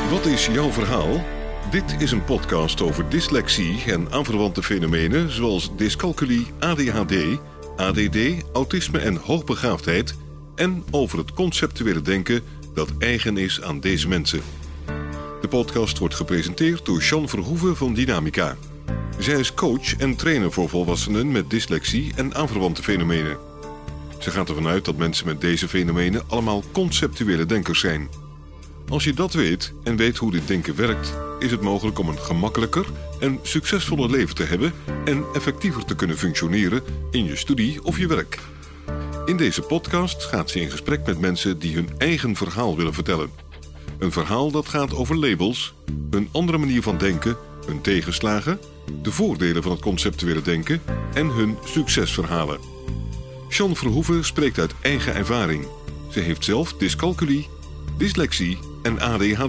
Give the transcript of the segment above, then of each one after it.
Wat is jouw verhaal? Dit is een podcast over dyslexie en aanverwante fenomenen zoals dyscalculie, ADHD, ADD, autisme en hoogbegaafdheid en over het conceptuele denken dat eigen is aan deze mensen. De podcast wordt gepresenteerd door Jean Verhoeven van Dynamica. Zij is coach en trainer voor volwassenen met dyslexie en aanverwante fenomenen. Ze gaat ervan uit dat mensen met deze fenomenen allemaal conceptuele denkers zijn. Als je dat weet en weet hoe dit denken werkt, is het mogelijk om een gemakkelijker en succesvoller leven te hebben en effectiever te kunnen functioneren in je studie of je werk. In deze podcast gaat ze in gesprek met mensen die hun eigen verhaal willen vertellen. Een verhaal dat gaat over labels, een andere manier van denken, hun tegenslagen, de voordelen van het conceptuele denken en hun succesverhalen. Jean Verhoeven spreekt uit eigen ervaring. Ze heeft zelf dyscalculie, dyslexie en ADHD.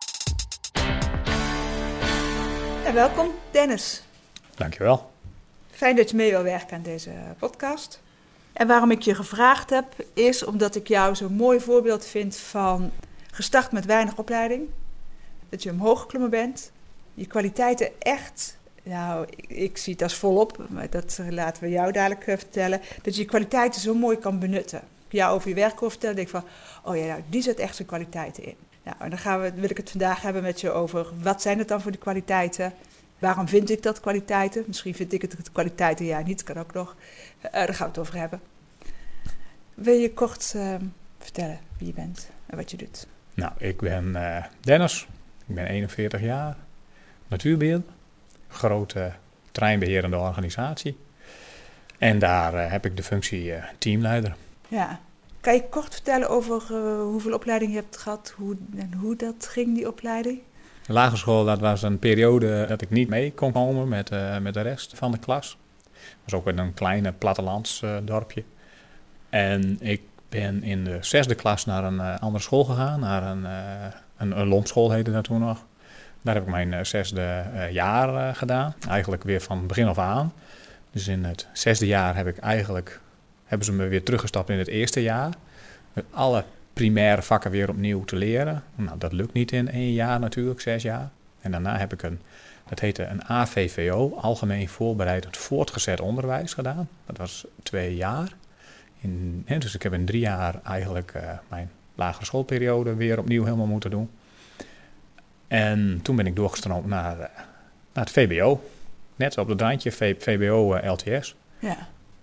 En welkom Dennis. Dankjewel. Fijn dat je mee wil werken aan deze podcast. En waarom ik je gevraagd heb, is omdat ik jou zo'n mooi voorbeeld vind van gestart met weinig opleiding. Dat je omhoog geklommen bent. Je kwaliteiten echt, nou ik zie het als volop, maar dat laten we jou dadelijk vertellen. Dat je je kwaliteiten zo mooi kan benutten. Ik jou over je werk wil vertellen, denk ik van, oh ja, nou, die zet echt zijn kwaliteiten in. Nou, en dan wil ik het vandaag hebben met je over, wat zijn het dan voor die kwaliteiten? Waarom vind ik dat kwaliteiten? Misschien vind ik het kwaliteiten, ja niet, kan ook nog. Daar gaan we het over hebben. Wil je kort vertellen wie je bent en wat je doet? Nou, ik ben Dennis, ik ben 41 jaar, natuurbeheerder, grote treinbeherende organisatie. En daar heb ik de functie teamleider. Ja. Kan je kort vertellen over hoeveel opleiding je hebt gehad hoe dat ging, die opleiding? De lagere school, dat was een periode dat ik niet mee kon komen met de rest van de klas. Het was ook in een kleine plattelandsdorpje. En ik ben in de 6e klas naar een andere school gegaan, naar een lompschool heette dat toen nog. Daar heb ik mijn 6e jaar gedaan, eigenlijk weer van begin af aan. Dus in het 6e jaar hebben ze me weer teruggestapt in het 1e jaar. Met alle primaire vakken weer opnieuw te leren. Nou, dat lukt niet in 1 jaar natuurlijk, 6 jaar. En daarna heb ik dat heette een AVVO, Algemeen Voorbereidend Voortgezet Onderwijs gedaan. Dat was 2 jaar. Dus ik heb in 3 jaar eigenlijk mijn lagere schoolperiode weer opnieuw helemaal moeten doen. En toen ben ik doorgestroomd naar het VBO. Net op het randje, VBO LTS. Ja.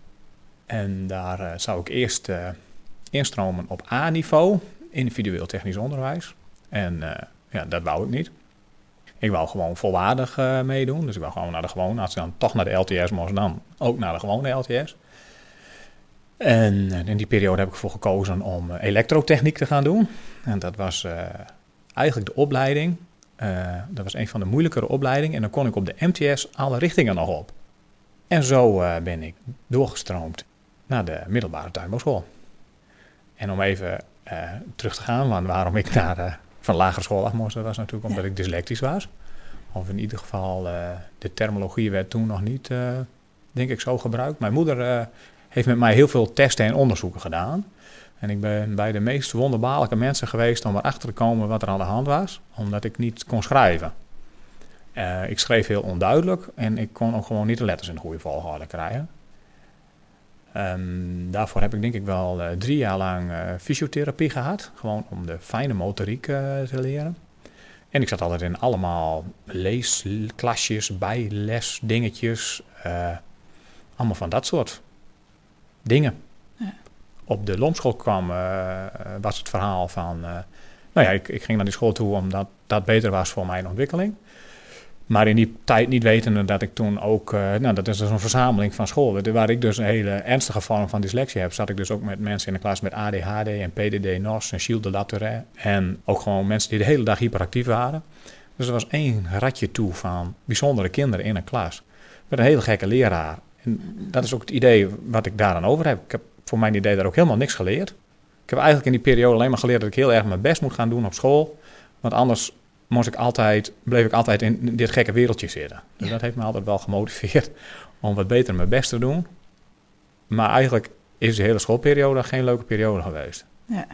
En daar zou ik eerst instromen op A-niveau, individueel technisch onderwijs. En dat wou ik niet. Ik wou gewoon volwaardig meedoen. Dus ik wou gewoon naar de gewone. Als ik dan toch naar de LTS moest, dan ook naar de gewone LTS. En in die periode heb ik ervoor gekozen om elektrotechniek te gaan doen. En dat was eigenlijk de opleiding. Dat was een van de moeilijkere opleidingen. En dan kon ik op de MTS alle richtingen nog op. En zo ben ik doorgestroomd naar de middelbare tuinbouwschool. En om even terug te gaan, waarom ik van lagere school af moest, dat was natuurlijk omdat ik dyslectisch was. Of in ieder geval, de terminologie werd toen nog niet, denk ik, zo gebruikt. Mijn moeder heeft met mij heel veel testen en onderzoeken gedaan. En ik ben bij de meest wonderbaarlijke mensen geweest om erachter te komen wat er aan de hand was, omdat ik niet kon schrijven. Ik schreef heel onduidelijk en ik kon ook gewoon niet de letters in de goede volgorde krijgen. Daarvoor heb ik denk ik wel 3 jaar lang fysiotherapie gehad. Gewoon om de fijne motoriek te leren. En ik zat altijd in allemaal leesklasjes, bijles, dingetjes. Allemaal van dat soort dingen. Ja. Op de lompschool was het verhaal van... ik ging naar die school toe omdat dat beter was voor mijn ontwikkeling. Maar in die tijd niet wetende dat ik toen ook... dat is dus een verzameling van scholen. Waar ik dus een hele ernstige vorm van dyslexie heb... zat ik dus ook met mensen in de klas met ADHD en PDD, NOS en Gilles de Latourette. En ook gewoon mensen die de hele dag hyperactief waren. Dus er was 1 ratje toe van bijzondere kinderen in een klas. Met een hele gekke leraar. En dat is ook het idee wat ik daar aan over heb. Ik heb voor mijn idee daar ook helemaal niks geleerd. Ik heb eigenlijk in die periode alleen maar geleerd... dat ik heel erg mijn best moet gaan doen op school. Want anders... bleef ik altijd in dit gekke wereldje zitten. Dus dat heeft me altijd wel gemotiveerd om wat beter mijn best te doen. Maar eigenlijk is de hele schoolperiode geen leuke periode geweest. Ja.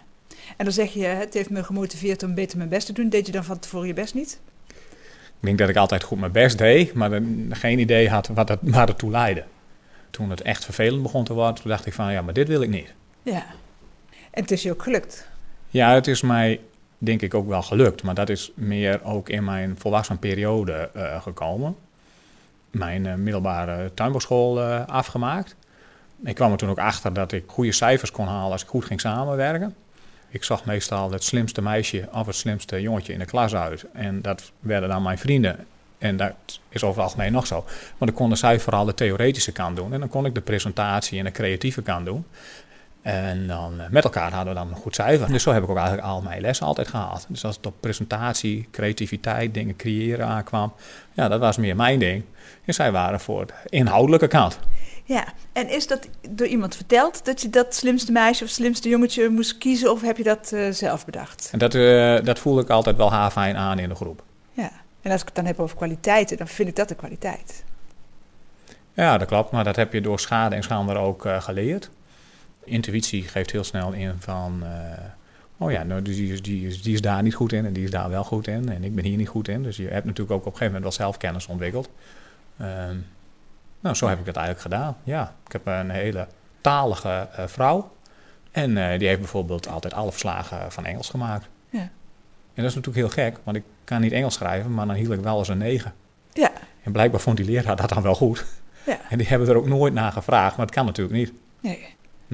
En dan zeg je, het heeft me gemotiveerd om beter mijn best te doen. Deed je dan van tevoren je best niet? Ik denk dat ik altijd goed mijn best deed, maar geen idee had waar het toe leidde. Toen het echt vervelend begon te worden, toen dacht ik van, ja, maar dit wil ik niet. Ja. En het is je ook gelukt? Ja, het is mij denk ik ook wel gelukt, maar dat is meer ook in mijn volwassen periode gekomen. Mijn middelbare tuinbouwschool afgemaakt. Ik kwam er toen ook achter dat ik goede cijfers kon halen als ik goed ging samenwerken. Ik zag meestal het slimste meisje of het slimste jongetje in de klas uit. En dat werden dan mijn vrienden. En dat is over het algemeen nog zo. Maar dan konden zij vooral de theoretische kant doen. En dan kon ik de presentatie en de creatieve kant doen. En dan met elkaar hadden we dan een goed cijfer. Dus zo heb ik ook eigenlijk al mijn lessen altijd gehaald. Dus als het op presentatie, creativiteit, dingen creëren aankwam, ja, dat was meer mijn ding. En zij waren voor de inhoudelijke kant. Ja, en is dat door iemand verteld dat je dat slimste meisje of slimste jongetje moest kiezen, of heb je dat zelf bedacht? En dat voelde ik altijd wel haarfijn aan in de groep. Ja, en als ik het dan heb over kwaliteiten, dan vind ik dat een kwaliteit. Ja, dat klopt, maar dat heb je door schade en schande ook geleerd. Intuïtie geeft heel snel in van, nou, die is daar niet goed in en die is daar wel goed in en ik ben hier niet goed in. Dus je hebt natuurlijk ook op een gegeven moment wel zelfkennis ontwikkeld. Nou, zo heb ik dat eigenlijk gedaan. Ja, ik heb een hele talige vrouw en die heeft bijvoorbeeld altijd alle verslagen van Engels gemaakt. Ja. En dat is natuurlijk heel gek, want ik kan niet Engels schrijven, maar dan hield ik wel eens een 9. Ja. En blijkbaar vond die leraar dat dan wel goed. Ja. En die hebben er ook nooit naar gevraagd, maar het kan natuurlijk niet. Nee.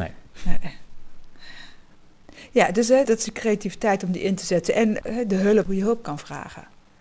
Ja, dus dat is de creativiteit om die in te zetten en de hulp, hoe je hulp kan vragen.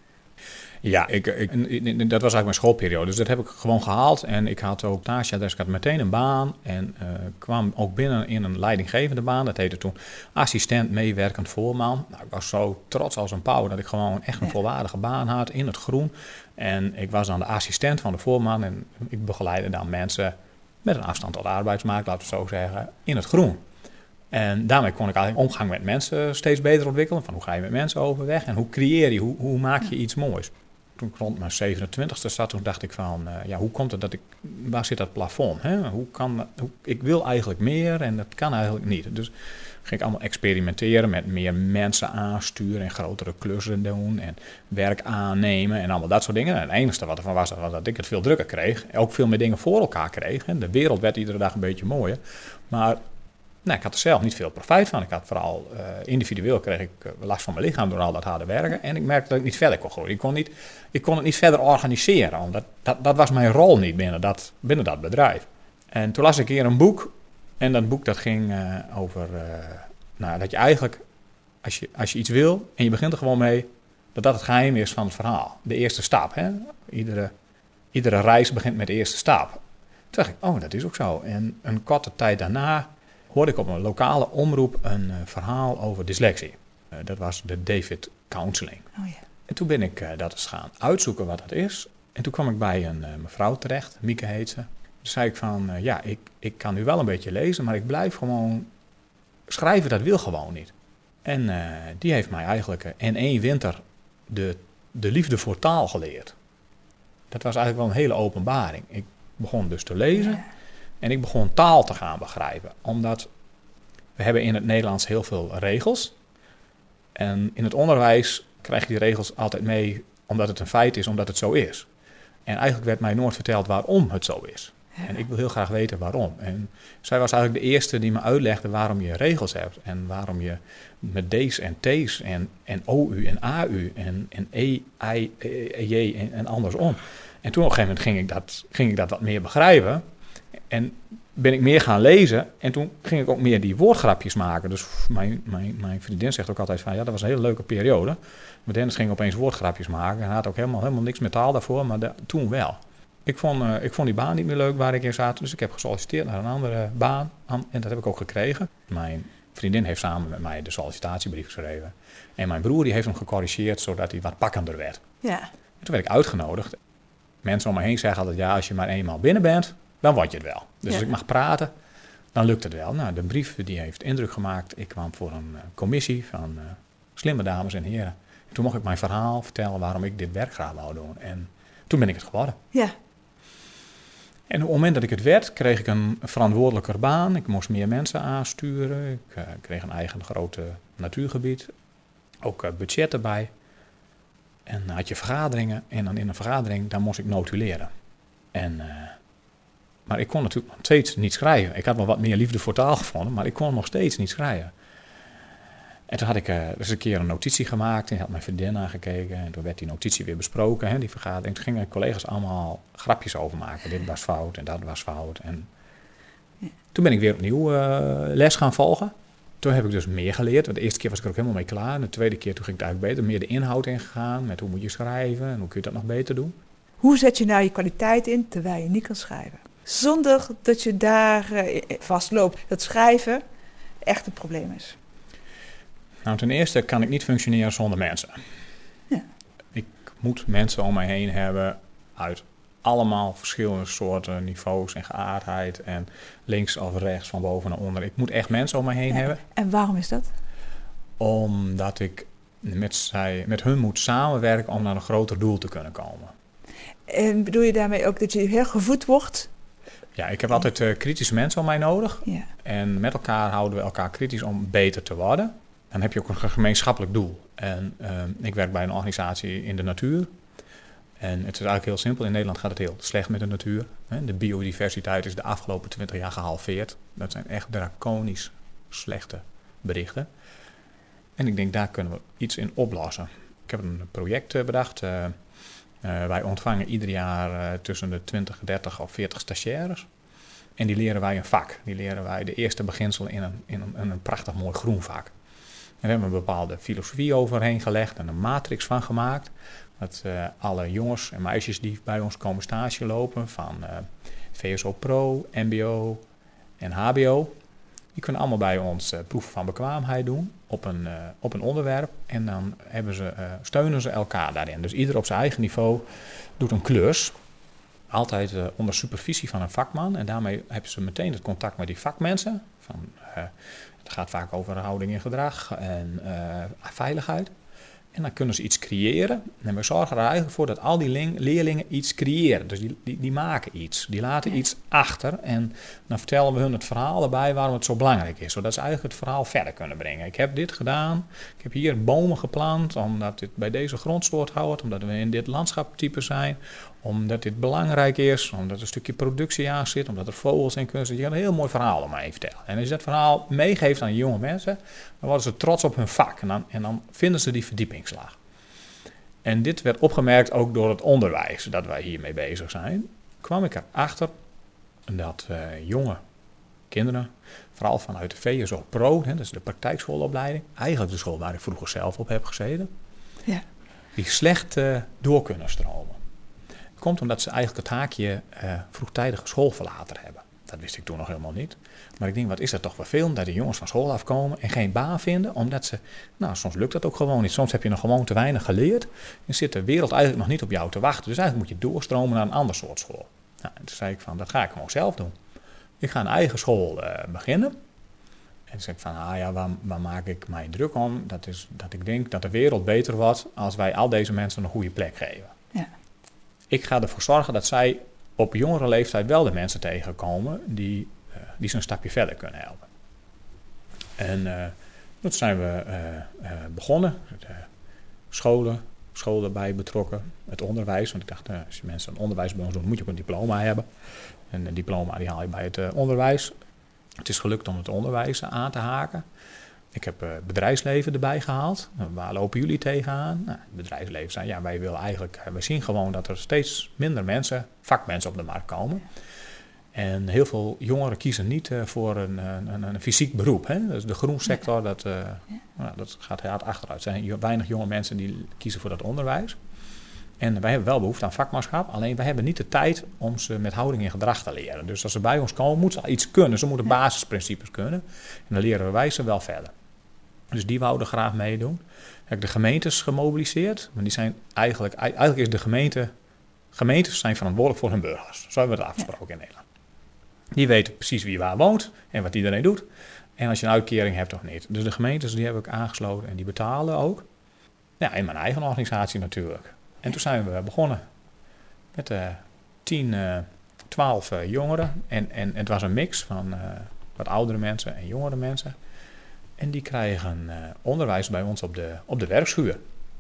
Ja, dat was eigenlijk mijn schoolperiode. Dus dat heb ik gewoon gehaald. En ik had ook naast je adres, ik had meteen een baan. En kwam ook binnen in een leidinggevende baan. Dat heette toen assistent meewerkend voorman. Nou, ik was zo trots als een pauw dat ik gewoon echt een volwaardige baan had in het groen. En ik was dan de assistent van de voorman. En ik begeleidde dan mensen met een afstand tot de arbeidsmarkt, laten we het zo zeggen, in het groen. En daarmee kon ik eigenlijk omgang met mensen steeds beter ontwikkelen. Van hoe ga je met mensen overweg en hoe creëer je, hoe maak je iets moois. Toen ik rond mijn 27e zat, toen dacht ik van, hoe komt het dat waar zit dat plafond? Hè? Ik wil eigenlijk meer en dat kan eigenlijk niet. Dus ging ik allemaal experimenteren met meer mensen aansturen en grotere klussen doen en werk aannemen en allemaal dat soort dingen. En het enige wat ervan was dat ik het veel drukker kreeg. Ook veel meer dingen voor elkaar kreeg. Hè? De wereld werd iedere dag een beetje mooier. Maar ik had er zelf niet veel profijt van. Ik had vooral individueel kreeg ik last van mijn lichaam door al dat harde werken. En ik merkte dat ik niet verder kon groeien. Ik kon het niet verder organiseren. Omdat dat was mijn rol niet binnen dat bedrijf. En toen las ik een keer een boek. En dat boek dat ging over dat je eigenlijk, als je iets wil en je begint er gewoon mee, dat het geheim is van het verhaal. De eerste stap. Hè? Iedere reis begint met de eerste stap. Toen dacht ik, dat is ook zo. En een korte tijd daarna hoorde ik op een lokale omroep een verhaal over dyslexie. Dat was de David Counseling. Oh, ja. En toen ben ik dat eens gaan uitzoeken wat dat is. En toen kwam ik bij een mevrouw terecht, Mieke heet ze. Toen zei ik van, ik kan nu wel een beetje lezen, maar ik blijf gewoon schrijven, dat wil gewoon niet. En die heeft mij eigenlijk in 1 winter de liefde voor taal geleerd. Dat was eigenlijk wel een hele openbaring. Ik begon dus te lezen. Ja. En ik begon taal te gaan begrijpen. Omdat we hebben in het Nederlands heel veel regels. En in het onderwijs krijg je die regels altijd mee omdat het een feit is, omdat het zo is. En eigenlijk werd mij nooit verteld waarom het zo is. Ja. En ik wil heel graag weten waarom. En zij was eigenlijk de eerste die me uitlegde waarom je regels hebt. En waarom je met D's en T's en OU en AU en E, I, J en andersom. En toen op een gegeven moment ging ik dat wat meer begrijpen. En ben ik meer gaan lezen en toen ging ik ook meer die woordgrapjes maken. Dus mijn vriendin zegt ook altijd van, dat was een hele leuke periode. Maar Dennis ging opeens woordgrapjes maken en had ook helemaal niks met taal daarvoor, maar toen wel. Ik vond die baan niet meer leuk waar ik in zat, dus ik heb gesolliciteerd naar een andere baan en dat heb ik ook gekregen. Mijn vriendin heeft samen met mij de sollicitatiebrief geschreven. En mijn broer die heeft hem gecorrigeerd zodat hij wat pakkender werd. Ja. En toen werd ik uitgenodigd. Mensen om me heen zeggen altijd, als je maar eenmaal binnen bent, dan word je het wel. Dus als ik mag praten, dan lukt het wel. Nou, de brief die heeft indruk gemaakt. Ik kwam voor een commissie van slimme dames en heren. En toen mocht ik mijn verhaal vertellen waarom ik dit werk graag wou doen. En toen ben ik het geworden. Ja. En op het moment dat ik het werd, kreeg ik een verantwoordelijker baan. Ik moest meer mensen aansturen. Ik kreeg een eigen grote natuurgebied. Ook budget erbij. En dan had je vergaderingen. En dan in een vergadering, daar moest ik notuleren. Maar ik kon natuurlijk nog steeds niet schrijven. Ik had wel wat meer liefde voor taal gevonden, maar ik kon nog steeds niet schrijven. En toen had ik dus een keer een notitie gemaakt en had mijn vriendin aangekeken. En toen werd die notitie weer besproken, die vergadering. Toen gingen collega's allemaal grapjes over maken. Dit was fout en dat was fout. En toen ben ik weer opnieuw les gaan volgen. Toen heb ik dus meer geleerd. Want de eerste keer was ik er ook helemaal mee klaar. En de tweede keer toen ging het eigenlijk beter. Meer de inhoud ingegaan. Met hoe moet je schrijven en hoe kun je dat nog beter doen. Hoe zet je nou je kwaliteit in terwijl je niet kan schrijven? Zonder dat je daar vastloopt. Dat schrijven echt een probleem is. Nou, ten eerste kan ik niet functioneren zonder mensen. Ja. Ik moet mensen om mij heen hebben uit allemaal verschillende soorten niveaus en geaardheid. En links of rechts, van boven naar onder. Ik moet echt mensen om mij heen hebben. En waarom is dat? Omdat ik met hun moet samenwerken om naar een groter doel te kunnen komen. En bedoel je daarmee ook dat je heel gevoed wordt? Ja, ik heb altijd kritische mensen om mij nodig. Ja. En met elkaar houden we elkaar kritisch om beter te worden. Dan heb je ook een gemeenschappelijk doel. En ik werk bij een organisatie in de natuur. En het is eigenlijk heel simpel. In Nederland gaat het heel slecht met de natuur. De biodiversiteit is de afgelopen 20 jaar gehalveerd. Dat zijn echt draconisch slechte berichten. En ik denk, daar kunnen we iets in oplossen. Ik heb een project bedacht. Wij ontvangen ieder jaar tussen de 20, 30 of 40 stagiaires. En die leren wij een vak. Die leren wij de eerste beginselen in een prachtig mooi groen vak. En daar hebben we een bepaalde filosofie overheen gelegd en een matrix van gemaakt. Dat alle jongens en meisjes die bij ons komen stage lopen, van VSO Pro, MBO en HBO, die kunnen allemaal bij ons proeven van bekwaamheid doen op een onderwerp. En dan steunen ze elkaar daarin. Dus ieder op zijn eigen niveau doet een klus. Altijd onder supervisie van een vakman. En daarmee hebben ze meteen het contact met die vakmensen. Het gaat vaak over houding en gedrag en veiligheid. En dan kunnen ze iets creëren. En we zorgen er eigenlijk voor dat al die leerlingen iets creëren. Dus die maken iets. Die laten iets achter. En dan vertellen we hun het verhaal erbij waarom het zo belangrijk is. Zodat ze eigenlijk het verhaal verder kunnen brengen. Ik heb dit gedaan. Ik heb hier bomen geplant. Omdat dit bij deze grondsoort hoort. Omdat we in dit landschaptype zijn. Omdat dit belangrijk is. Omdat er een stukje productie aan zit. Omdat er vogels in kunnen zitten. Je kan een heel mooi verhaal om mij vertellen. En als je dat verhaal meegeeft aan jonge mensen, dan worden ze trots op hun vak. En dan vinden ze die verdiepingsslag. En dit werd opgemerkt ook door het onderwijs dat wij hiermee bezig zijn. Kwam ik erachter dat jonge kinderen, vooral vanuit de VSO Pro, dat is de praktijkschoolopleiding, eigenlijk de school waar ik vroeger zelf op heb gezeten, die slecht door kunnen stromen. Dat komt omdat ze eigenlijk het haakje vroegtijdige schoolverlater hebben. Dat wist ik toen nog helemaal niet. Maar ik denk, wat is dat toch vervelend dat de jongens van school afkomen en geen baan vinden, omdat ze, soms lukt dat ook gewoon niet. Soms heb je nog gewoon te weinig geleerd en zit de wereld eigenlijk nog niet op jou te wachten. Dus eigenlijk moet je doorstromen naar een ander soort school. En toen zei ik van, dat ga ik gewoon zelf doen. Ik ga een eigen school beginnen. En toen zei ik van, waar maak ik mij druk om? Dat is dat ik denk dat de wereld beter wordt als wij al deze mensen een goede plek geven. Ja. Ik ga ervoor zorgen dat zij op jongere leeftijd wel de mensen tegenkomen die ze een stapje verder kunnen helpen. En toen zijn we begonnen. Scholen erbij betrokken. Het onderwijs. Want ik dacht, als je mensen een onderwijs bij ons doen, moet je ook een diploma hebben. En een diploma die haal je bij het onderwijs. Het is gelukt om het onderwijs aan te haken. Ik heb het bedrijfsleven erbij gehaald. Waar lopen jullie tegenaan? Het bedrijfsleven zei, wij willen eigenlijk, we zien gewoon dat er steeds minder vakmensen op de markt komen. En heel veel jongeren kiezen niet voor een fysiek beroep. Hè? Dus de groensector, dat gaat hard achteruit. Er zijn weinig jonge mensen die kiezen voor dat onderwijs. En wij hebben wel behoefte aan vakmanschap. Alleen wij hebben niet de tijd om ze met houding en gedrag te leren. Dus als ze bij ons komen, moeten ze iets kunnen. Ze moeten basisprincipes kunnen. En dan leren wij ze wel verder. Dus die wouden graag meedoen. Heb ik de gemeentes gemobiliseerd. Maar die zijn eigenlijk is de gemeentes zijn verantwoordelijk voor hun burgers. Zo hebben we het afgesproken in Nederland. Die weten precies wie waar woont en wat iedereen doet. En als je een uitkering hebt of niet. Dus de gemeentes die heb ik aangesloten en die betalen ook. Ja, in mijn eigen organisatie natuurlijk. En toen zijn we begonnen met 12 12 jongeren. En het was een mix van wat oudere mensen en jongere mensen. En die krijgen onderwijs bij ons op de werkschuur.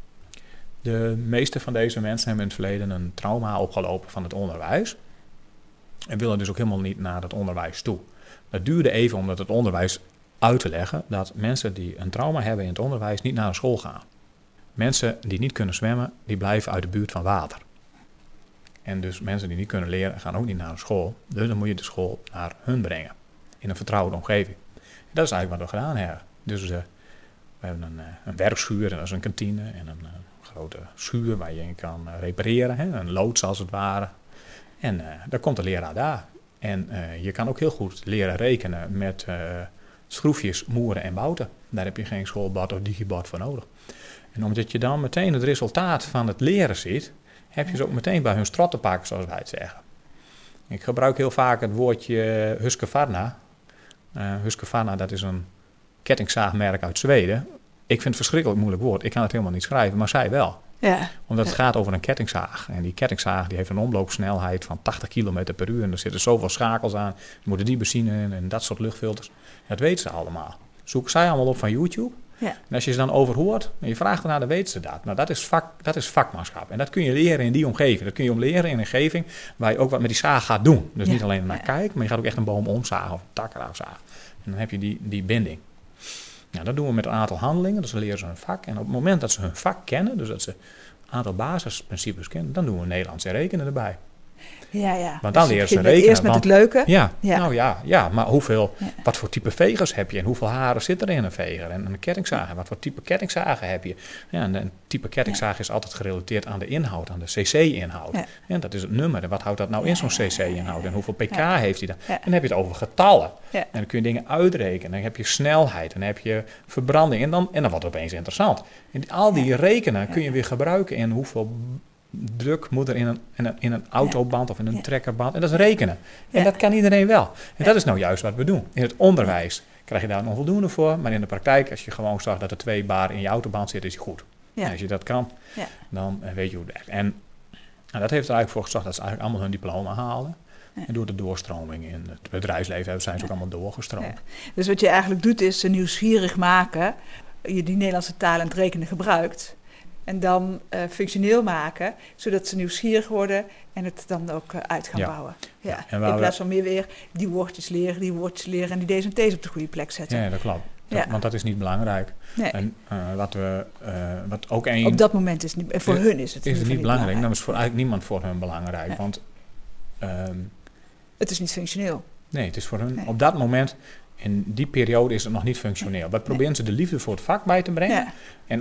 De meeste van deze mensen hebben in het verleden een trauma opgelopen van het onderwijs. En willen dus ook helemaal niet naar het onderwijs toe. Dat duurde even om het onderwijs uit te leggen dat mensen die een trauma hebben in het onderwijs niet naar de school gaan. Mensen die niet kunnen zwemmen, die blijven uit de buurt van water. En dus mensen die niet kunnen leren, gaan ook niet naar de school. Dus dan moet je de school naar hun brengen. In een vertrouwde omgeving. En dat is eigenlijk wat we gedaan hebben. Dus we hebben een werkschuur, en dat is een kantine. En een grote schuur waar je in kan repareren. Hè? Een loods als het ware. En dan komt de leraar daar. En je kan ook heel goed leren rekenen met schroefjes, moeren en bouten. Daar heb je geen schoolbord of digibord voor nodig. En omdat je dan meteen het resultaat van het leren ziet, heb je ze ook meteen bij hun strot te pakken, zoals wij het zeggen. Ik gebruik heel vaak het woordje Husqvarna. Husqvarna, dat is een kettingzaagmerk uit Zweden. Ik vind het een verschrikkelijk moeilijk woord. Ik kan het helemaal niet schrijven, maar zij wel. Ja. Omdat het gaat over een kettingzaag. En die kettingzaag die heeft een omloopsnelheid van 80 km per uur. En er zitten zoveel schakels aan. Er moeten die benzine in en dat soort luchtfilters. Dat weten ze allemaal. Zoeken zij allemaal op van YouTube. Ja. En als je ze dan overhoort en je vraagt ernaar, dan weten ze dat. Nou, dat is vakmanschap. En dat kun je leren in die omgeving. Dat kun je leren in een omgeving waar je ook wat met die zaag gaat doen. Dus niet alleen naar kijken, maar je gaat ook echt een boom omzagen of een tak eraf zagen. En dan heb je die binding. Nou, dat doen we met een aantal handelingen. Dus dan leren ze hun vak. En op het moment dat ze hun vak kennen, dus dat ze een aantal basisprincipes kennen, dan doen we Nederlands en rekenen erbij. Ja. Want dan dus leren ze rekenen. Eerst met het leuke. Ja. Maar wat voor type vegers heb je en hoeveel haren zit er in een veger en een kettingzaag? Wat voor type kettingzagen heb je? Ja, en een type kettingzaag is altijd gerelateerd aan de inhoud, aan de cc-inhoud. Ja. En dat is het nummer. En wat houdt dat nou in, zo'n cc-inhoud? En hoeveel pk heeft hij dan? Ja. En dan heb je het over getallen. Ja. En dan kun je dingen uitrekenen. Dan heb je snelheid. En dan heb je verbranding. En dan wordt het opeens interessant. En al die rekenen kun je weer gebruiken in hoeveel druk moet er in een autoband of in een trekkerband. En dat is rekenen. En dat kan iedereen wel. En dat is nou juist wat we doen. In het onderwijs krijg je daar een onvoldoende voor. Maar in de praktijk, als je gewoon zag dat er 2 bar in je autoband zitten, is het goed. En als je dat kan, dan weet je hoe het werkt. En dat heeft er eigenlijk voor gezorgd dat ze eigenlijk allemaal hun diploma haalden. En door de doorstroming in het bedrijfsleven zijn ze ook allemaal doorgestroomd. Ja. Dus wat je eigenlijk doet is ze nieuwsgierig maken. Je die Nederlandse taal en het rekenen gebruikt. En dan functioneel maken, zodat ze nieuwsgierig worden en het dan ook uit gaan bouwen. Ja. In plaats van meer weer die woordjes leren en die D's en T's op de goede plek zetten. Ja, dat klopt. Want dat is niet belangrijk. Nee. En wat ook op dat moment is niet, voor hun is het niet belangrijk. Dan is voor eigenlijk niemand voor hun belangrijk. Nee. Want het is niet functioneel. Nee, het is voor hun op dat moment. In die periode is het nog niet functioneel. Maar proberen ze de liefde voor het vak bij te brengen. Ja. En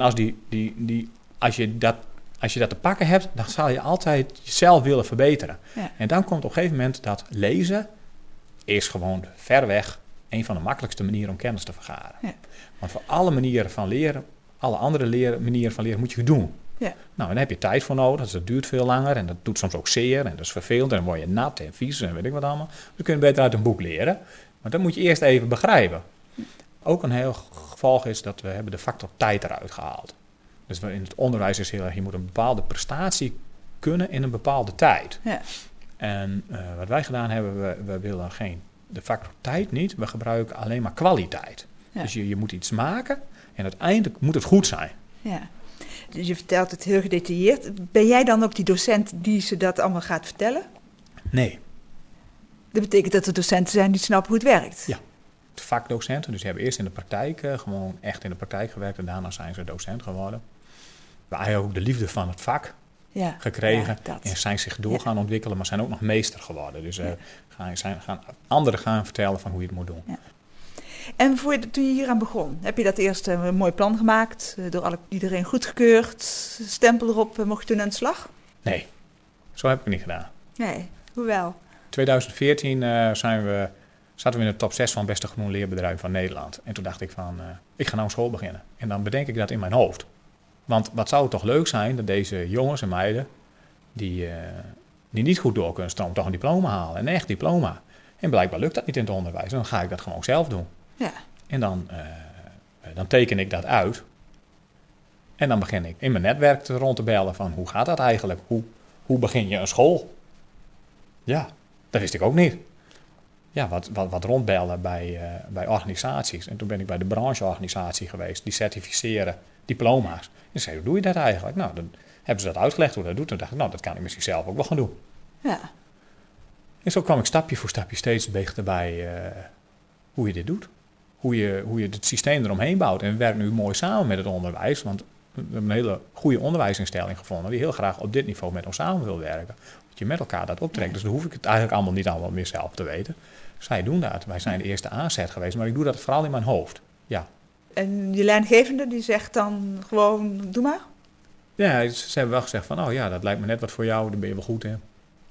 als je dat te pakken hebt, dan zal je altijd jezelf willen verbeteren. Ja. En dan komt op een gegeven moment dat lezen is gewoon ver weg een van de makkelijkste manieren om kennis te vergaren. Ja. Want voor alle manieren van leren, alle andere manieren van leren moet je het doen. Ja. Nou, en daar heb je tijd voor nodig, dus dat duurt veel langer en dat doet soms ook zeer en dat is vervelend en dan word je nat en vies en weet ik wat allemaal. Dus dan kun je beter uit een boek leren. Maar dat moet je eerst even begrijpen. Ook een heel gevolg is dat we hebben de factor tijd eruit gehaald. Dus in het onderwijs is heel erg, je moet een bepaalde prestatie kunnen in een bepaalde tijd. Ja. En wat wij gedaan hebben, we willen de factor tijd niet, we gebruiken alleen maar kwaliteit. Ja. Dus je moet iets maken en uiteindelijk moet het goed zijn. Ja. Dus je vertelt het heel gedetailleerd. Ben jij dan ook die docent die ze dat allemaal gaat vertellen? Nee. Dat betekent dat er docenten zijn die snappen hoe het werkt? Ja. Vakdocenten, dus die hebben eerst in de praktijk gewoon echt in de praktijk gewerkt en daarna zijn ze docent geworden. We hebben ook de liefde van het vak gekregen en zijn zich door gaan ontwikkelen, maar zijn ook nog meester geworden. Dus anderen gaan vertellen van hoe je het moet doen. Ja. En toen je hier aan begon, heb je dat eerst een mooi plan gemaakt, door iedereen goedgekeurd, stempel erop, mocht je toen aan de slag? Nee, zo heb ik het niet gedaan. Nee, hoewel? In 2014 zaten we in de top 6 van beste groen leerbedrijven van Nederland. En toen dacht ik van, ik ga nou een school beginnen. En dan bedenk ik dat in mijn hoofd. Want wat zou het toch leuk zijn dat deze jongens en meiden, die niet goed door kunnen stromen, toch een diploma halen. Een echt diploma. En blijkbaar lukt dat niet in het onderwijs. En dan ga ik dat gewoon zelf doen. Ja. En dan teken ik dat uit. En dan begin ik in mijn netwerk rond te bellen van, hoe gaat dat eigenlijk? Hoe begin je een school? Ja. Dat wist ik ook niet. Ja, wat rondbellen bij organisaties. En toen ben ik bij de brancheorganisatie geweest. Die certificeren diploma's. En zei, hoe doe je dat eigenlijk? Nou, dan hebben ze dat uitgelegd hoe dat doet. En dacht ik, nou, dat kan ik misschien zelf ook wel gaan doen. Ja. En zo kwam ik stapje voor stapje steeds dichter bij hoe je dit doet. Hoe je het systeem eromheen bouwt. En we werken nu mooi samen met het onderwijs. Want we hebben een hele goede onderwijsinstelling gevonden die heel graag op dit niveau met ons samen wil werken. Dat je met elkaar dat optrekt. Dus dan hoef ik het eigenlijk allemaal niet allemaal meer zelf te weten. Zij doen dat. Wij zijn de eerste aanzet geweest. Maar ik doe dat vooral in mijn hoofd. Ja. En je leidinggevende die zegt dan gewoon, doe maar? Ja, ze hebben wel gezegd van, oh ja, dat lijkt me net wat voor jou. Daar ben je wel goed in.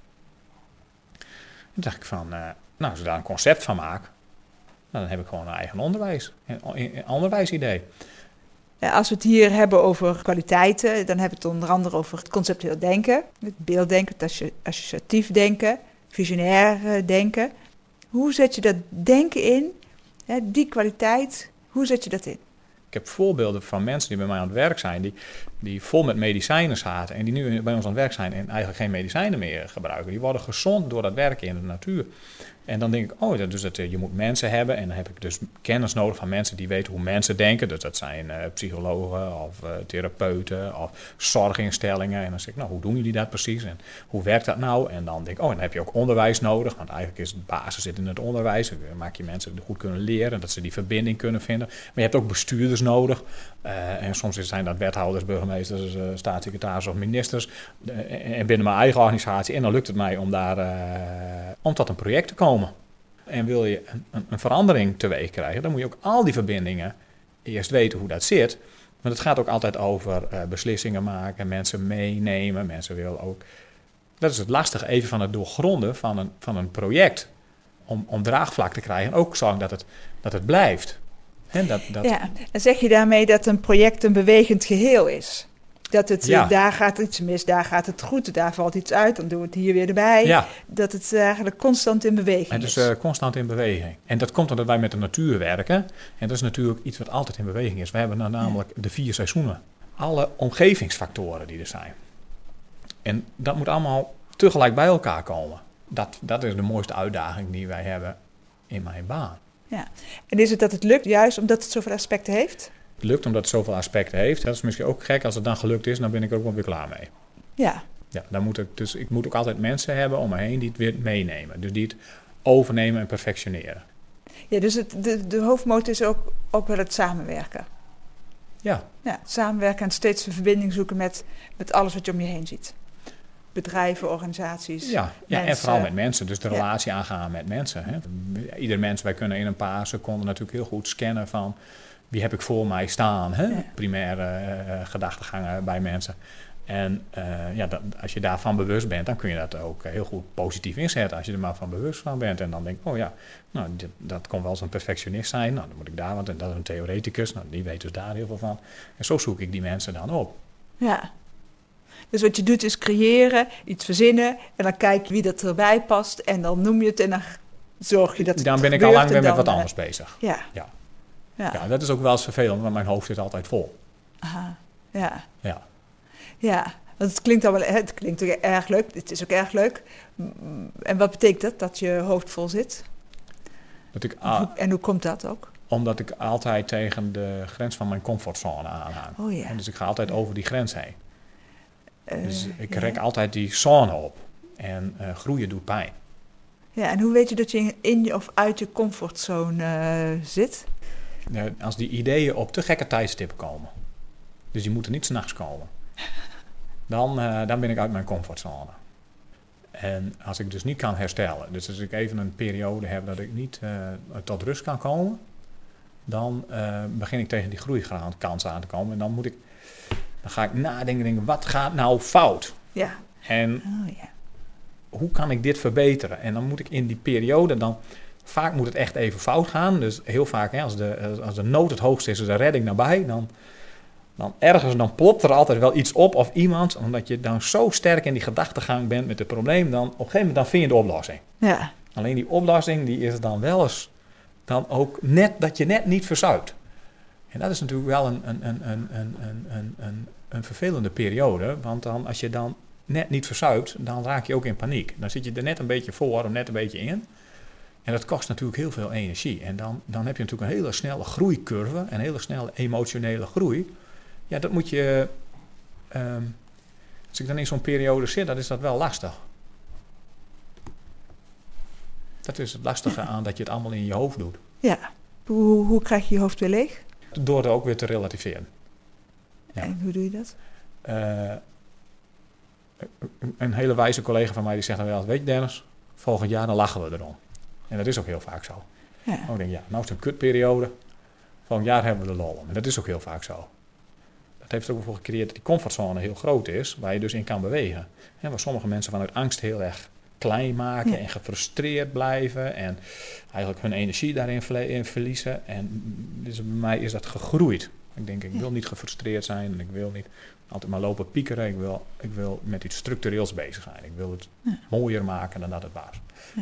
Toen dacht ik van, als ik daar een concept van maak, dan heb ik gewoon een eigen een onderwijsidee. Ja, als we het hier hebben over kwaliteiten, dan hebben we het onder andere over het conceptueel denken, het beelddenken, het associatief denken, visionair denken. Hoe zet je dat denken in? Die kwaliteit, hoe zet je dat in? Ik heb voorbeelden van mensen die bij mij aan het werk zijn, die vol met medicijnen zaten en die nu bij ons aan het werk zijn en eigenlijk geen medicijnen meer gebruiken. Die worden gezond door dat werken in de natuur. En dan denk ik, je moet mensen hebben en dan heb ik dus kennis nodig van mensen die weten hoe mensen denken. Dus dat zijn psychologen of therapeuten of zorginstellingen. En dan zeg ik, hoe doen jullie dat precies en hoe werkt dat nou? En dan denk ik, dan heb je ook onderwijs nodig, want eigenlijk is het basis zit in het onderwijs. Dan maak je mensen goed kunnen leren, dat ze die verbinding kunnen vinden. Maar je hebt ook bestuurders nodig. En soms zijn dat wethouders, burgemeesters, staatssecretaris of ministers. En binnen mijn eigen organisatie. En dan lukt het mij om tot een project te komen. En wil je een verandering teweeg krijgen, dan moet je ook al die verbindingen eerst weten hoe dat zit. Want het gaat ook altijd over beslissingen maken, mensen meenemen. Mensen willen ook. Dat is het lastige even van het doorgronden van een project. Om draagvlak te krijgen en ook zorgen dat het blijft. Ja, en zeg je daarmee dat een project een bewegend geheel is? Dat het, daar gaat iets mis, daar gaat het goed, daar valt iets uit, dan doen we het hier weer erbij. Ja. Dat het eigenlijk constant in beweging is. Het is constant in beweging. En dat komt omdat wij met de natuur werken. En dat is natuurlijk iets wat altijd in beweging is. We hebben dan namelijk de 4 seizoenen. Alle omgevingsfactoren die er zijn. En dat moet allemaal tegelijk bij elkaar komen. Dat is de mooiste uitdaging die wij hebben in mijn baan. Ja. En is het dat het lukt juist omdat het zoveel aspecten heeft? Het lukt omdat het zoveel aspecten heeft. Dat is misschien ook gek. Als het dan gelukt is, dan ben ik er ook wel weer klaar mee. Ja. Ja, ik moet ook altijd mensen hebben om me heen die het weer meenemen. Dus die het overnemen en perfectioneren. Ja, dus de hoofdmoot is ook wel het samenwerken. Ja. Ja, samenwerken en steeds een verbinding zoeken met alles wat je om je heen ziet. Bedrijven, organisaties. Ja, en vooral met mensen. Dus de relatie aangaan met mensen. Hè. Ieder mens, wij kunnen in een paar seconden natuurlijk heel goed scannen van wie heb ik voor mij staan. Hè? Ja. Primaire gedachtegangen bij mensen. En als je daarvan bewust bent, dan kun je dat ook heel goed positief inzetten. Als je er maar van bewust van bent. En dan denk ik, dat kon wel eens een perfectionist zijn. Nou, dan moet ik daar, want dat is een theoreticus. Nou, die weet dus daar heel veel van. En zo zoek ik die mensen dan op. Ja. Dus wat je doet is creëren, iets verzinnen. En dan kijk je wie dat erbij past. En dan noem je het en dan zorg je dat het dan ben ik al lang weer met wat anders bezig. Ja. Ja, dat is ook wel eens vervelend, want mijn hoofd zit altijd vol. Aha, ja. Ja. Ja, want het klinkt ook erg leuk. Het is ook erg leuk. En wat betekent dat je hoofd vol zit? En hoe komt dat ook? Omdat ik altijd tegen de grens van mijn comfortzone aanhang. Oh ja. En dus ik ga altijd over die grens heen. Dus ik rek altijd die zone op. En groeien doet pijn. Ja, en hoe weet je dat je in of uit je comfortzone zit? Als die ideeën op te gekke tijdstippen komen. Dus die moeten niet 's nachts komen. Dan ben ik uit mijn comfortzone. En als ik dus niet kan herstellen. Dus als ik even een periode heb dat ik niet tot rust kan komen. Dan begin ik tegen die groeikans aan te komen. En dan ga ik nadenken, wat gaat nou fout? Ja. En hoe kan ik dit verbeteren? En dan moet ik in die periode vaak moet het echt even fout gaan. Dus heel vaak, als de nood het hoogste is de redding nabij. Dan plopt er altijd wel iets op of iemand. Omdat je dan zo sterk in die gedachtegang bent met het probleem. Dan op een gegeven moment vind je de oplossing. Ja. Alleen die oplossing die is dan wel eens dan ook dat je net niet verzuipt. En dat is natuurlijk wel een vervelende periode. Want dan, als je dan net niet verzuipt, dan raak je ook in paniek. Dan zit je er net een beetje voor of net een beetje in. En dat kost natuurlijk heel veel energie. En dan heb je natuurlijk een hele snelle groeicurve, een hele snelle emotionele groei. Ja, dat moet je... als ik dan in zo'n periode zit, dan is dat wel lastig. Dat is het lastige aan dat je het allemaal in je hoofd doet. Ja. Hoe krijg je je hoofd weer leeg? Door het ook weer te relativeren. Ja. En hoe doe je dat? Een hele wijze collega van mij die zegt dan wel, weet je Dennis, volgend jaar dan lachen we erom. En dat is ook heel vaak zo. Ja. Ik denk, nou is het een kutperiode. Volgend jaar hebben we de lol om. En dat is ook heel vaak zo. Dat heeft ook voor gecreëerd dat die comfortzone heel groot is, waar je dus in kan bewegen. En waar sommige mensen vanuit angst heel erg klein maken en gefrustreerd blijven en eigenlijk hun energie daarin verliezen. En dus bij mij is dat gegroeid. Ik denk, ik wil niet gefrustreerd zijn en ik wil niet altijd maar lopen piekeren. Ik wil met iets structureels bezig zijn. Ik wil het mooier maken dan dat het was.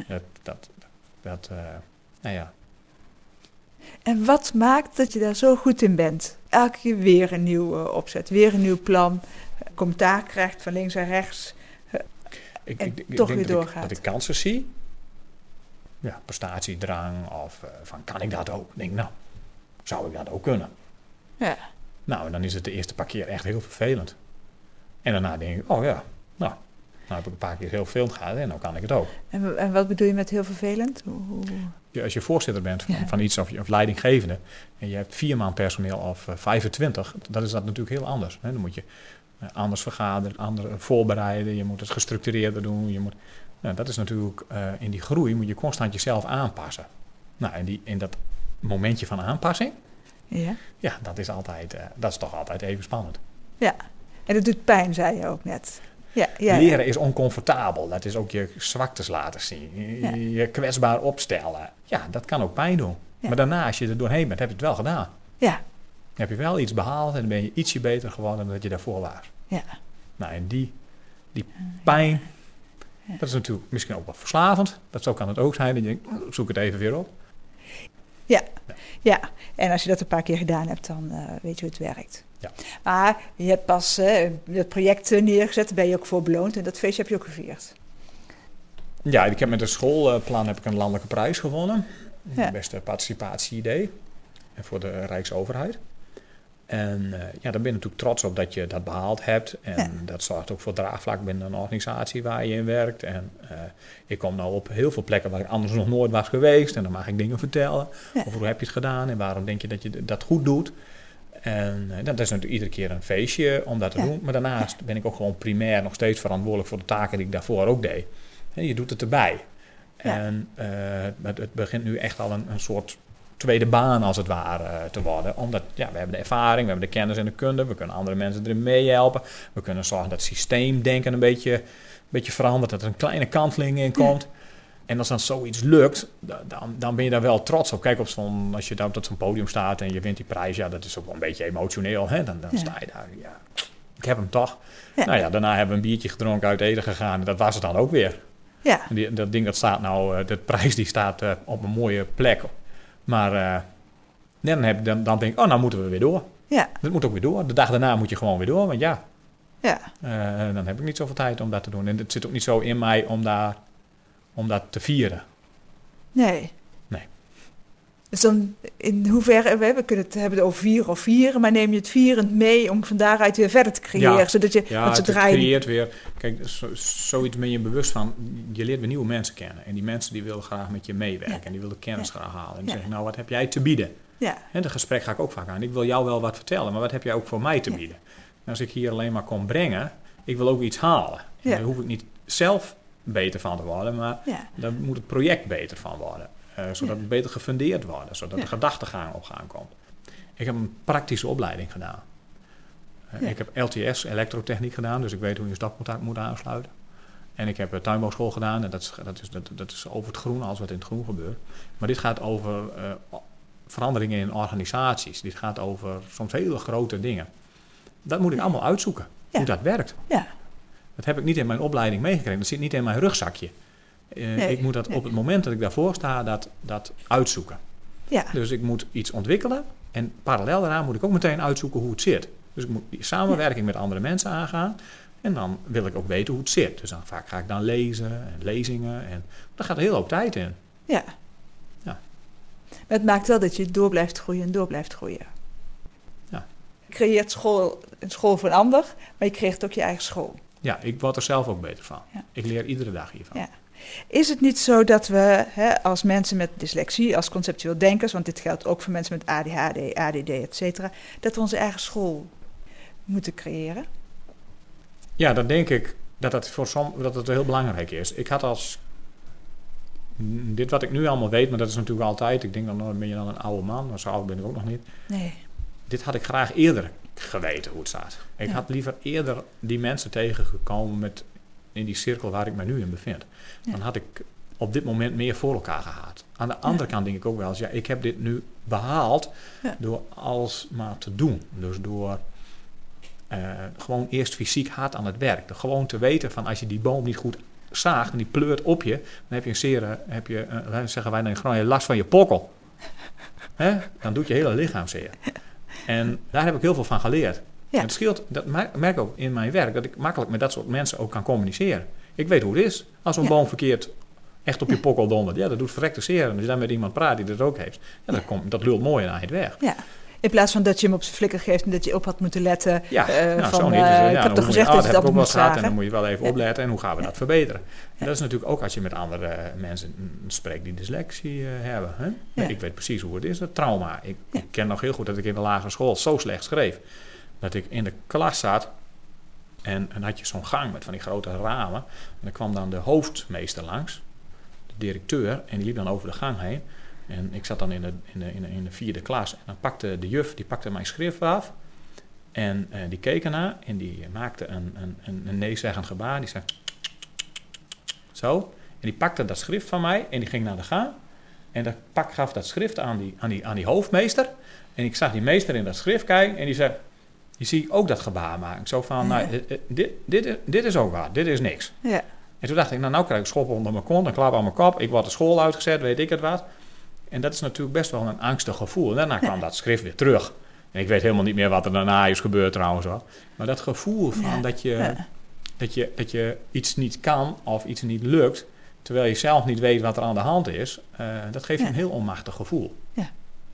Nou ja. En wat maakt dat je daar zo goed in bent? Elke keer weer een nieuw opzet, weer een nieuw plan, commentaar krijgt van links en rechts. Ik toch weer doorgaat. Dat ik kansen zie. Ja, prestatiedrang of van kan ik dat ook? Ik denk, nou, zou ik dat ook kunnen? Ja. Nou, en dan is het de eerste paar keer echt heel vervelend. En daarna denk ik, oh ja, nou heb ik een paar keer heel vervelend gehad en dan kan ik het ook. En wat bedoel je met heel vervelend? Ja, als je voorzitter bent van iets of leidinggevende en je hebt 4 man personeel of 25, dan is dat natuurlijk heel anders. Hè? Dan moet je anders vergaderen, anders voorbereiden, je moet het gestructureerder doen. Dat is natuurlijk, in die groei moet je constant jezelf aanpassen. Nou, en in dat momentje van aanpassing, ja, dat is toch altijd even spannend. Ja, en dat doet pijn, zei je ook net. Ja. Leren is oncomfortabel. Dat is ook je zwaktes laten zien. Je kwetsbaar opstellen. Ja, dat kan ook pijn doen. Ja. Maar daarna, als je er doorheen bent, heb je het wel gedaan. Ja. Dan heb je wel iets behaald en dan ben je ietsje beter geworden dan dat je daarvoor was. Ja. Nou, en die pijn, dat is natuurlijk misschien ook wat verslavend. Zo kan het ook zijn. Dat je denkt, zoek het even weer op. Ja. En als je dat een paar keer gedaan hebt, dan weet je hoe het werkt. Ja. Maar je hebt pas het project neergezet, daar ben je ook voor beloond. En dat feestje heb je ook gevierd. Ja, ik heb met een schoolplan een landelijke prijs gewonnen. Ja. Beste participatie-idee. En voor de Rijksoverheid. En daar ben je natuurlijk trots op dat je dat behaald hebt. En dat zorgt ook voor draagvlak binnen een organisatie waar je in werkt. En ik kom nou op heel veel plekken waar ik anders nog nooit was geweest. En dan mag ik dingen vertellen over hoe heb je het gedaan en waarom denk je dat je dat goed doet. En dat is natuurlijk iedere keer een feestje om dat te doen. Maar daarnaast ben ik ook gewoon primair nog steeds verantwoordelijk voor de taken die ik daarvoor ook deed. En je doet het erbij. Ja. En het begint nu echt al een soort tweede baan als het ware te worden. Omdat we hebben de ervaring, we hebben de kennis en de kunde. We kunnen andere mensen erin meehelpen. We kunnen zorgen dat het systeemdenken een beetje verandert. Dat er een kleine kanteling in komt. En als dan zoiets lukt, dan ben je daar wel trots op. Kijk, als je daar op zo'n podium staat en je wint die prijs, ja, dat is ook wel een beetje emotioneel. Hè? Dan sta je daar, ja, ik heb hem toch. Ja. Nou ja, daarna hebben we een biertje gedronken, uit eten gegaan. En dat was het dan ook weer. Ja. En dat ding dat staat nou, de prijs die staat op een mooie plek. Maar dan denk ik, nou moeten we weer door. Ja. Dat moet ook weer door. De dag daarna moet je gewoon weer door, want dan heb ik niet zoveel tijd om dat te doen. En het zit ook niet zo in mij om dat te vieren. Nee. Dus dan in hoeverre, we kunnen het hebben over vieren, maar neem je het vierend mee om van daaruit weer verder te creëren? Zodat je, het creëert weer. Kijk, zoiets ben je bewust van. Je leert weer nieuwe mensen kennen. En die mensen die willen graag met je meewerken. En die willen kennis graag halen. En die zeggen, nou, wat heb jij te bieden? Ja. En dat gesprek ga ik ook vaak aan. Ik wil jou wel wat vertellen, maar wat heb jij ook voor mij te bieden? En als ik hier alleen maar kom brengen, ik wil ook iets halen. En daar hoef ik niet zelf beter van te worden, maar daar moet het project beter van worden. Zodat het beter gefundeerd wordt, zodat de gedachtegang op gang komt. Ik heb een praktische opleiding gedaan. Ik heb LTS, elektrotechniek gedaan, dus ik weet hoe je stapcontact moet aansluiten. En ik heb tuinbouwschool gedaan, en dat is over het groen, alles wat in het groen gebeurt. Maar dit gaat over veranderingen in organisaties. Dit gaat over soms hele grote dingen. Dat moet ik allemaal uitzoeken, hoe dat werkt. Ja. Dat heb ik niet in mijn opleiding meegekregen, dat zit niet in mijn rugzakje. Ik moet dat op het moment dat ik daarvoor sta, dat uitzoeken. Ja. Dus ik moet iets ontwikkelen en parallel daaraan moet ik ook meteen uitzoeken hoe het zit. Dus ik moet die samenwerking met andere mensen aangaan. En dan wil ik ook weten hoe het zit. Dus dan vaak ga ik dan lezen en lezingen. En daar gaat een hele hoop tijd in. Ja. Ja. Maar het maakt wel dat je door blijft groeien en door blijft groeien. Ja. Je creëert een school voor een ander, maar je creëert ook je eigen school. Ja, ik word er zelf ook beter van. Ja. Ik leer iedere dag hiervan. Ja. Is het niet zo dat we als mensen met dyslexie, als conceptueel denkers, want dit geldt ook voor mensen met ADHD, ADD, et cetera, dat we onze eigen school moeten creëren? Ja, dan denk ik dat het heel belangrijk is. Ik had dit wat ik nu allemaal weet, maar dat is natuurlijk altijd, ik denk dan ben je dan een oude man, maar zo oud ben ik ook nog niet. Nee. Dit had ik graag eerder geweten hoe het staat. Ik had liever eerder die mensen tegengekomen in die cirkel waar ik me nu in bevind. Ja. Dan had ik op dit moment meer voor elkaar gehad. Aan de andere kant denk ik ook wel eens, ik heb dit nu behaald door alles maar te doen. Dus door gewoon eerst fysiek hard aan het werk. Gewoon te weten van als je die boom niet goed zaagt en die pleurt op je, dan heb je zeggen wij dan gewoon last van je pokkel. Dan doet je hele lichaam zeer. En daar heb ik heel veel van geleerd. Ja. En het scheelt, dat merk ik ook in mijn werk, dat ik makkelijk met dat soort mensen ook kan communiceren. Ik weet hoe het is. Als zo'n boom verkeerd echt op je pokkel dondert, dat doet verrekte zeer. En als je dan met iemand praat die dat ook heeft, dat lult mooi en eind weg. Ja. In plaats van dat je hem op zijn flikker geeft en dat je op had moeten letten. Ja, zo niet. Ik heb toch gezegd dat je dat moet zagen. En dan moet je wel even opletten en hoe gaan we dat verbeteren. En dat is natuurlijk ook als je met andere mensen spreekt die dyslexie hebben. Hè? Ja. Ik weet precies hoe het is, het trauma. Ik ken nog heel goed dat ik in de lagere school zo slecht schreef. Dat ik in de klas zat en dan had je zo'n gang met van die grote ramen. En dan kwam dan de hoofdmeester langs, de directeur, en die liep dan over de gang heen. En ik zat dan in de 4e klas. En dan pakte de juf mijn schrift af. En die keek ernaar. En die maakte een nee-zeggend gebaar. Die zei... Zo. En die pakte dat schrift van mij. En die ging naar de gang. En gaf dat schrift aan die hoofdmeester. En ik zag die meester in dat schrift kijken. En die zei... Je ziet ook dat gebaar maken. Zo van... Nou, dit is ook waar. Dit is niks. Ja. En toen dacht ik... Nou krijg ik schoppen onder mijn kont. Een klap aan mijn kop. Ik word de school uitgezet. Weet ik het wat. En dat is natuurlijk best wel een angstig gevoel. En daarna kwam dat schrift weer terug. En ik weet helemaal niet meer wat er daarna is gebeurd trouwens wel. Maar dat gevoel van dat je iets niet kan of iets niet lukt, terwijl je zelf niet weet wat er aan de hand is, dat geeft een heel onmachtig gevoel. Ja.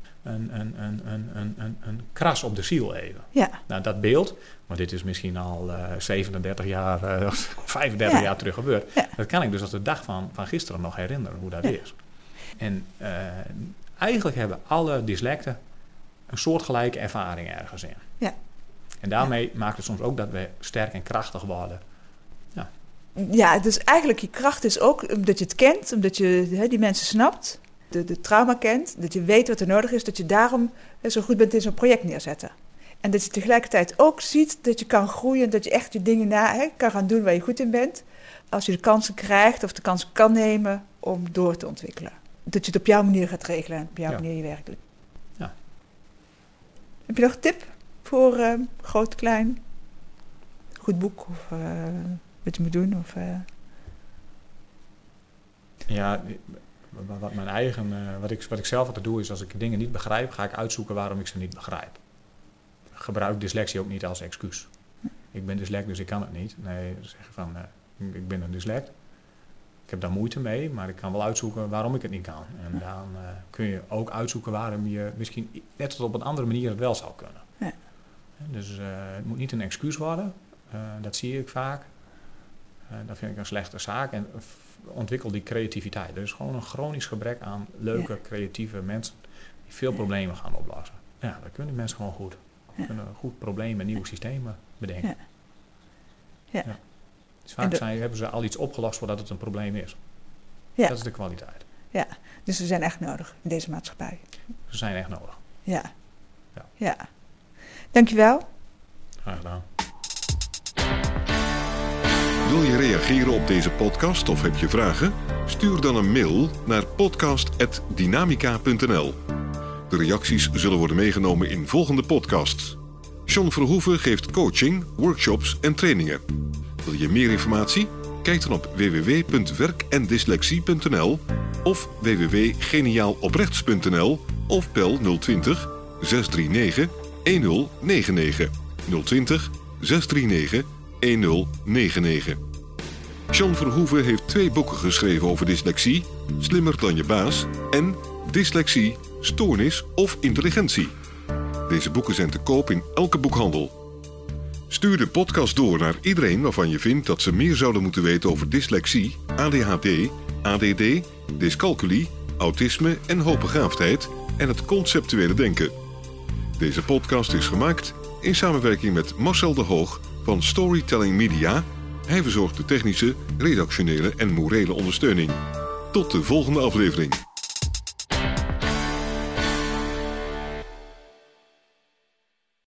Een kras op de ziel even. Ja. Nou, dat beeld, maar dit is misschien al 37 jaar, 35 jaar terug gebeurd. Ja. Dat kan ik dus als de dag van gisteren nog herinneren hoe dat is. En eigenlijk hebben alle dyslecten een soortgelijke ervaring ergens in. Ja. En daarmee maakt het soms ook dat we sterk en krachtig worden. Ja. Ja, dus eigenlijk je kracht is ook omdat je het kent, omdat je die mensen snapt, de trauma kent, dat je weet wat er nodig is, dat je daarom zo goed bent in zo'n project neerzetten. En dat je tegelijkertijd ook ziet dat je kan groeien, dat je echt je dingen kan gaan doen waar je goed in bent, als je de kansen krijgt of de kansen kan nemen om door te ontwikkelen. Dat je het op jouw manier gaat regelen en op jouw manier je werk doet. Ja. Heb je nog een tip voor groot, klein, goed boek of wat je moet doen? Of, Ja, wat ik zelf altijd doe is als ik dingen niet begrijp, ga ik uitzoeken waarom ik ze niet begrijp. Gebruik dyslexie ook niet als excuus. Ik ben dyslect, dus ik kan het niet. Nee, zeg van ik ben een dyslect. Ik heb daar moeite mee, maar ik kan wel uitzoeken waarom ik het niet kan. En dan kun je ook uitzoeken waarom je misschien net tot op een andere manier het wel zou kunnen. Ja. Dus het moet niet een excuus worden. Dat zie ik vaak. Dat vind ik een slechte zaak. En ontwikkel die creativiteit. Er is gewoon een chronisch gebrek aan leuke, creatieve mensen die veel problemen gaan oplossen. Ja, dat kunnen mensen gewoon goed. Ze kunnen goed problemen en nieuwe systemen bedenken. Ja. Ja. Dus vaak hebben ze al iets opgelost voordat het een probleem is. Ja. Dat is de kwaliteit. Ja, dus ze zijn echt nodig in deze maatschappij. Ze zijn echt nodig. Ja. Ja. Dankjewel. Graag gedaan. Wil je reageren op deze podcast of heb je vragen? Stuur dan een mail naar podcast@dynamica.nl. De reacties zullen worden meegenomen in volgende podcasts. John Verhoeven geeft coaching, workshops en trainingen. Wil je meer informatie? Kijk dan op www.werkendyslexie.nl of www.geniaaloprechts.nl of bel 020 639 1099. 020 639 1099. Jean Verhoeven heeft 2 boeken geschreven over dyslexie, Slimmer dan je baas en Dyslexie, stoornis of intelligentie. Deze boeken zijn te koop in elke boekhandel. Stuur de podcast door naar iedereen waarvan je vindt dat ze meer zouden moeten weten over dyslexie, ADHD, ADD, dyscalculie, autisme en hoogbegaafdheid en het conceptuele denken. Deze podcast is gemaakt in samenwerking met Marcel de Hoog van Storytelling Media. Hij verzorgt de technische, redactionele en morele ondersteuning. Tot de volgende aflevering.